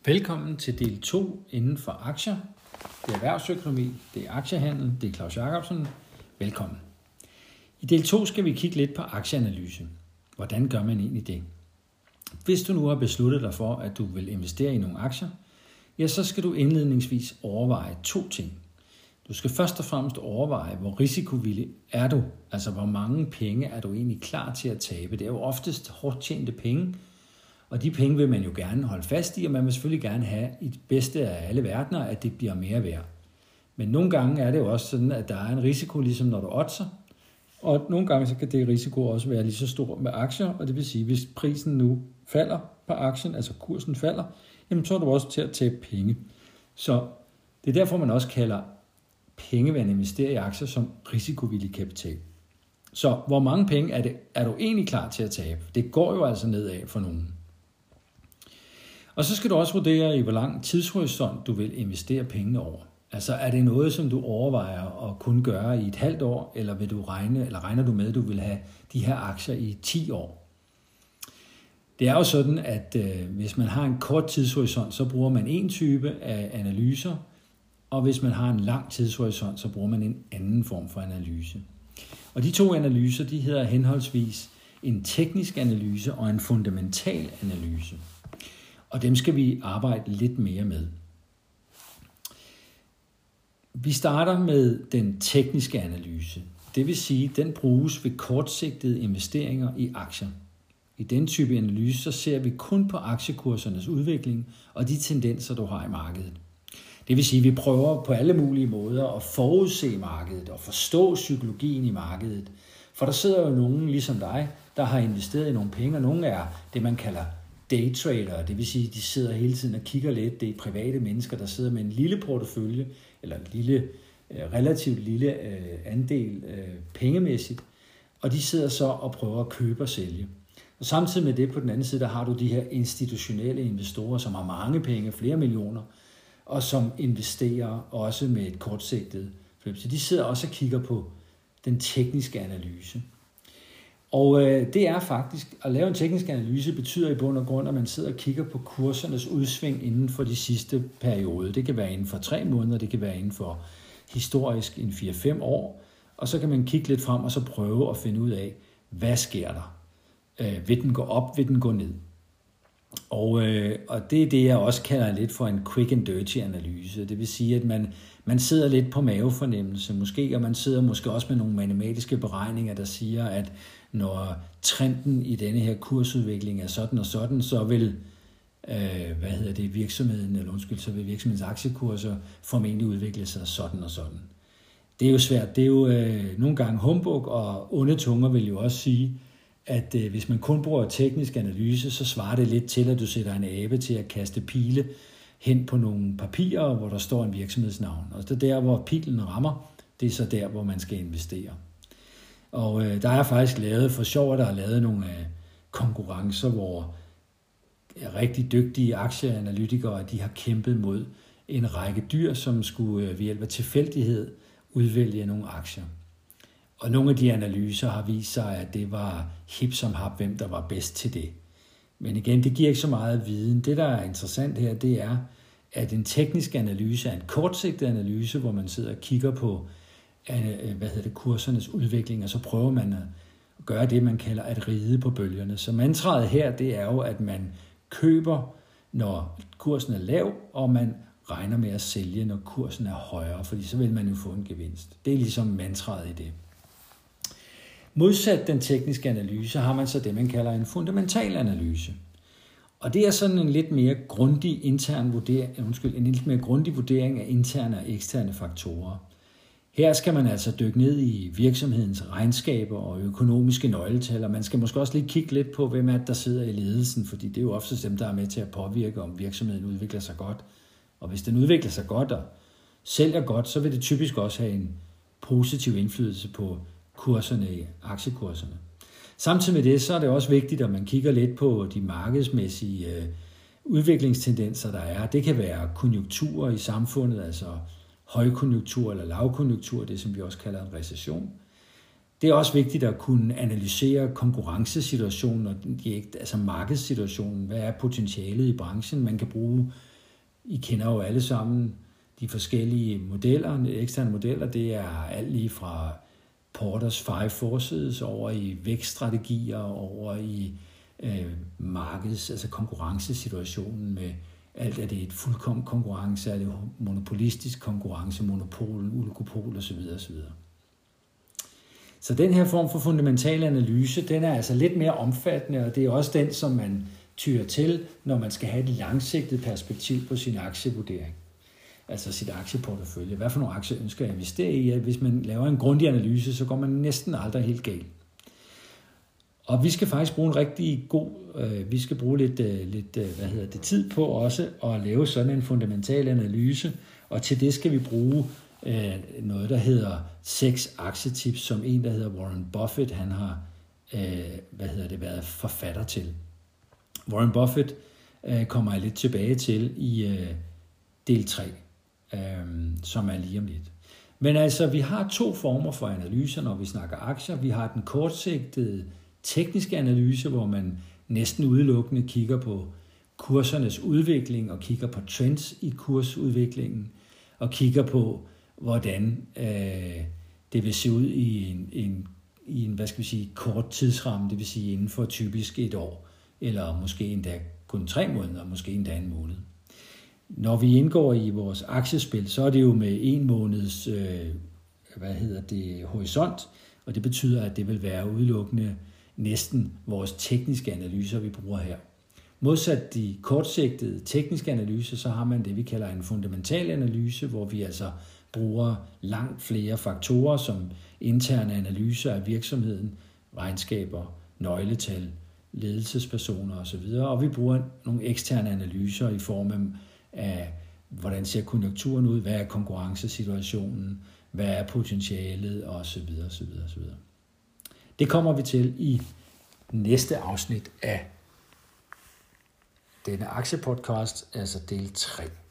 Velkommen til del 2 inden for aktier. Det er erhvervsøkonomi, det er aktiehandel, det er Claus Jacobsen. Velkommen. I del 2 skal vi kigge lidt på aktieanalyse. Hvordan gør man egentlig det? Hvis du nu har besluttet dig for, at du vil investere i nogle aktier, ja, så skal du indledningsvis overveje 2 ting. Du skal først og fremmest overveje, hvor risikovillig er du? Altså, hvor mange penge er du egentlig klar til at tabe? Det er jo oftest hårdt tjente penge, og de penge vil man jo gerne holde fast i, og man vil selvfølgelig gerne have i det bedste af alle verdener, at det bliver mere værd. Men nogle gange er det jo også sådan, at der er en risiko, ligesom når du oddser, og nogle gange så kan det risiko også være lige så stor med aktier, og det vil sige, hvis prisen nu falder på aktien, altså kursen falder, jamen så er du også til at tabe penge. Så det er derfor, man også kalder penge ved at investere i aktier som risikovillig kapital. Så hvor mange penge er du egentlig klar til at tabe? Det går jo altså nedad for nogen. Og så skal du også vurdere, i hvor lang tidshorisont du vil investere pengene over. Altså er det noget, som du overvejer at kunne gøre i et halvt år, eller regner du med, at du vil have de her aktier i 10 år? Det er jo sådan, at hvis man har en kort tidshorisont, så bruger man en type af analyser, og hvis man har en lang tidshorisont, så bruger man en anden form for analyse. Og de 2 analyser, de hedder henholdsvis en teknisk analyse og en fundamental analyse. Og dem skal vi arbejde lidt mere med. Vi starter med den tekniske analyse. Det vil sige, at den bruges ved kortsigtede investeringer i aktier. I den type analyse så ser vi kun på aktiekursernes udvikling og de tendenser, du har i markedet. Det vil sige, at vi prøver på alle mulige måder at forudse markedet og forstå psykologien i markedet. For der sidder jo nogen ligesom dig, der har investeret i nogle penge, og nogle er det, man kalder daytrader. Det vil sige, at de sidder hele tiden og kigger lidt. Det er private mennesker, der sidder med en lille portefølje, eller en relativt lille andel pengemæssigt, og de sidder så og prøver at købe og sælge. Og samtidig med det, på den anden side, der har du de her institutionelle investorer, som har mange penge, flere millioner, og som investerer også med et kortsigtet forløb. Så de sidder også og kigger på den tekniske analyse. Og det er faktisk, at lave en teknisk analyse betyder i bund og grund, at man sidder og kigger på kursernes udsving inden for de sidste periode. Det kan være inden for 3 måneder, det kan være inden for historisk en 4-5 år. Og så kan man kigge lidt frem og så prøve at finde ud af, hvad sker der? Vil den gå op, vil den gå ned? Og det er det, jeg også kalder lidt for en quick and dirty analyse. Det vil sige, at man sidder lidt på mavefornemmelse måske, og man sidder måske også med nogle matematiske beregninger, der siger, at når trenden i denne her kursudvikling er sådan og sådan, så vil så vil virksomhedens aktiekurser formentlig udvikle sig sådan og sådan. Det er jo svært. Det er jo nogle gange humbug, og onde tunger vil jo også sige, at hvis man kun bruger teknisk analyse, så svarer det lidt til, at du sætter en abe til at kaste pile hen på nogle papirer, hvor der står en virksomhedsnavn. Og det er der, hvor pilen rammer, det er så der, hvor man skal investere. Og der er faktisk lavet, for sjov, der er lavet nogle konkurrencer, hvor rigtig dygtige aktieanalytikere, de har kæmpet mod en række dyr, som skulle ved hjælp af tilfældighed udvælge nogle aktier. Og nogle af de analyser har vist sig, at det var hip som hap, hvem der var bedst til det. Men igen, det giver ikke så meget viden. Det, der er interessant her, det er, at en teknisk analyse er en kortsigtet analyse, hvor man sidder og kigger på kursernes udvikling, og så prøver man at gøre det, man kalder at ride på bølgerne. Så mantraet her, det er jo, at man køber, når kursen er lav, og man regner med at sælge, når kursen er højere, fordi så vil man jo få en gevinst. Det er ligesom mantraet i det. Modsat den tekniske analyse har man så det, man kalder en fundamental analyse. Og det er sådan en lidt mere grundig vurdering af interne og eksterne faktorer. Her skal man altså dykke ned i virksomhedens regnskaber og økonomiske nøgletal, og man skal måske også lige kigge lidt på, hvem er det, der sidder i ledelsen, fordi det er jo ofte dem, der er med til at påvirke, om virksomheden udvikler sig godt. Og hvis den udvikler sig godt og sælger godt, så vil det typisk også have en positiv indflydelse på kurserne i aktiekurserne. Samtidig med det, så er det også vigtigt, at man kigger lidt på de markedsmæssige udviklingstendenser, der er. Det kan være konjunkturer i samfundet, altså højkonjunktur eller lavkonjunktur, det som vi også kalder en recession. Det er også vigtigt at kunne analysere konkurrencesituationen, altså markedssituationen. Hvad er potentialet i branchen? Man kan bruge I kender jo alle sammen de forskellige modeller, eksterne modeller. Det er alt lige fra Porters 5 Forces over i vækststrategier, over i altså konkurrencesituationen med alt. Er det et fuldkommen konkurrence, er det monopolistisk konkurrence, monopol, oligopol osv. osv. Så den her form for fundamental analyse, den er altså lidt mere omfattende, og det er også den, som man tyrer til, når man skal have et langsigtet perspektiv på sin aktievurdering. Altså sit aktieportefølje. Hvad for nogle aktier ønsker jeg at investere i? Hvis man laver en grundig analyse, så går man næsten aldrig helt galt. Og vi skal faktisk bruge en rigtig god, vi skal bruge lidt tid på også at lave sådan en fundamental analyse, og til det skal vi bruge noget, der hedder 6 aktietips, som en, der hedder Warren Buffett, han har været forfatter til. Warren Buffett kommer jeg lidt tilbage til i del 3, som er lige om lidt. Men altså, vi har 2 former for analyser, når vi snakker aktier. Vi har den kortsigtede tekniske analyse, hvor man næsten udelukkende kigger på kursernes udvikling og kigger på trends i kursudviklingen og kigger på, hvordan det vil se ud i en kort tidsramme, det vil sige inden for typisk et år, eller måske endda kun 3 måneder, måske endda en måned. Når vi indgår i vores aktiespil, så er det jo med 1 måneds horisont, og det betyder, at det vil være udelukkende næsten vores tekniske analyser, vi bruger her. Modsat de kortsigtede tekniske analyser, så har man det, vi kalder en fundamental analyse, hvor vi altså bruger langt flere faktorer som interne analyser af virksomheden, regnskaber, nøgletal, ledelsespersoner osv. Og vi bruger nogle eksterne analyser i form af, hvordan ser konjunkturen ud, hvad er konkurrencesituationen, hvad er potentialet osv. osv. osv. Det kommer vi til i næste afsnit af denne aktiepodcast, altså del 3.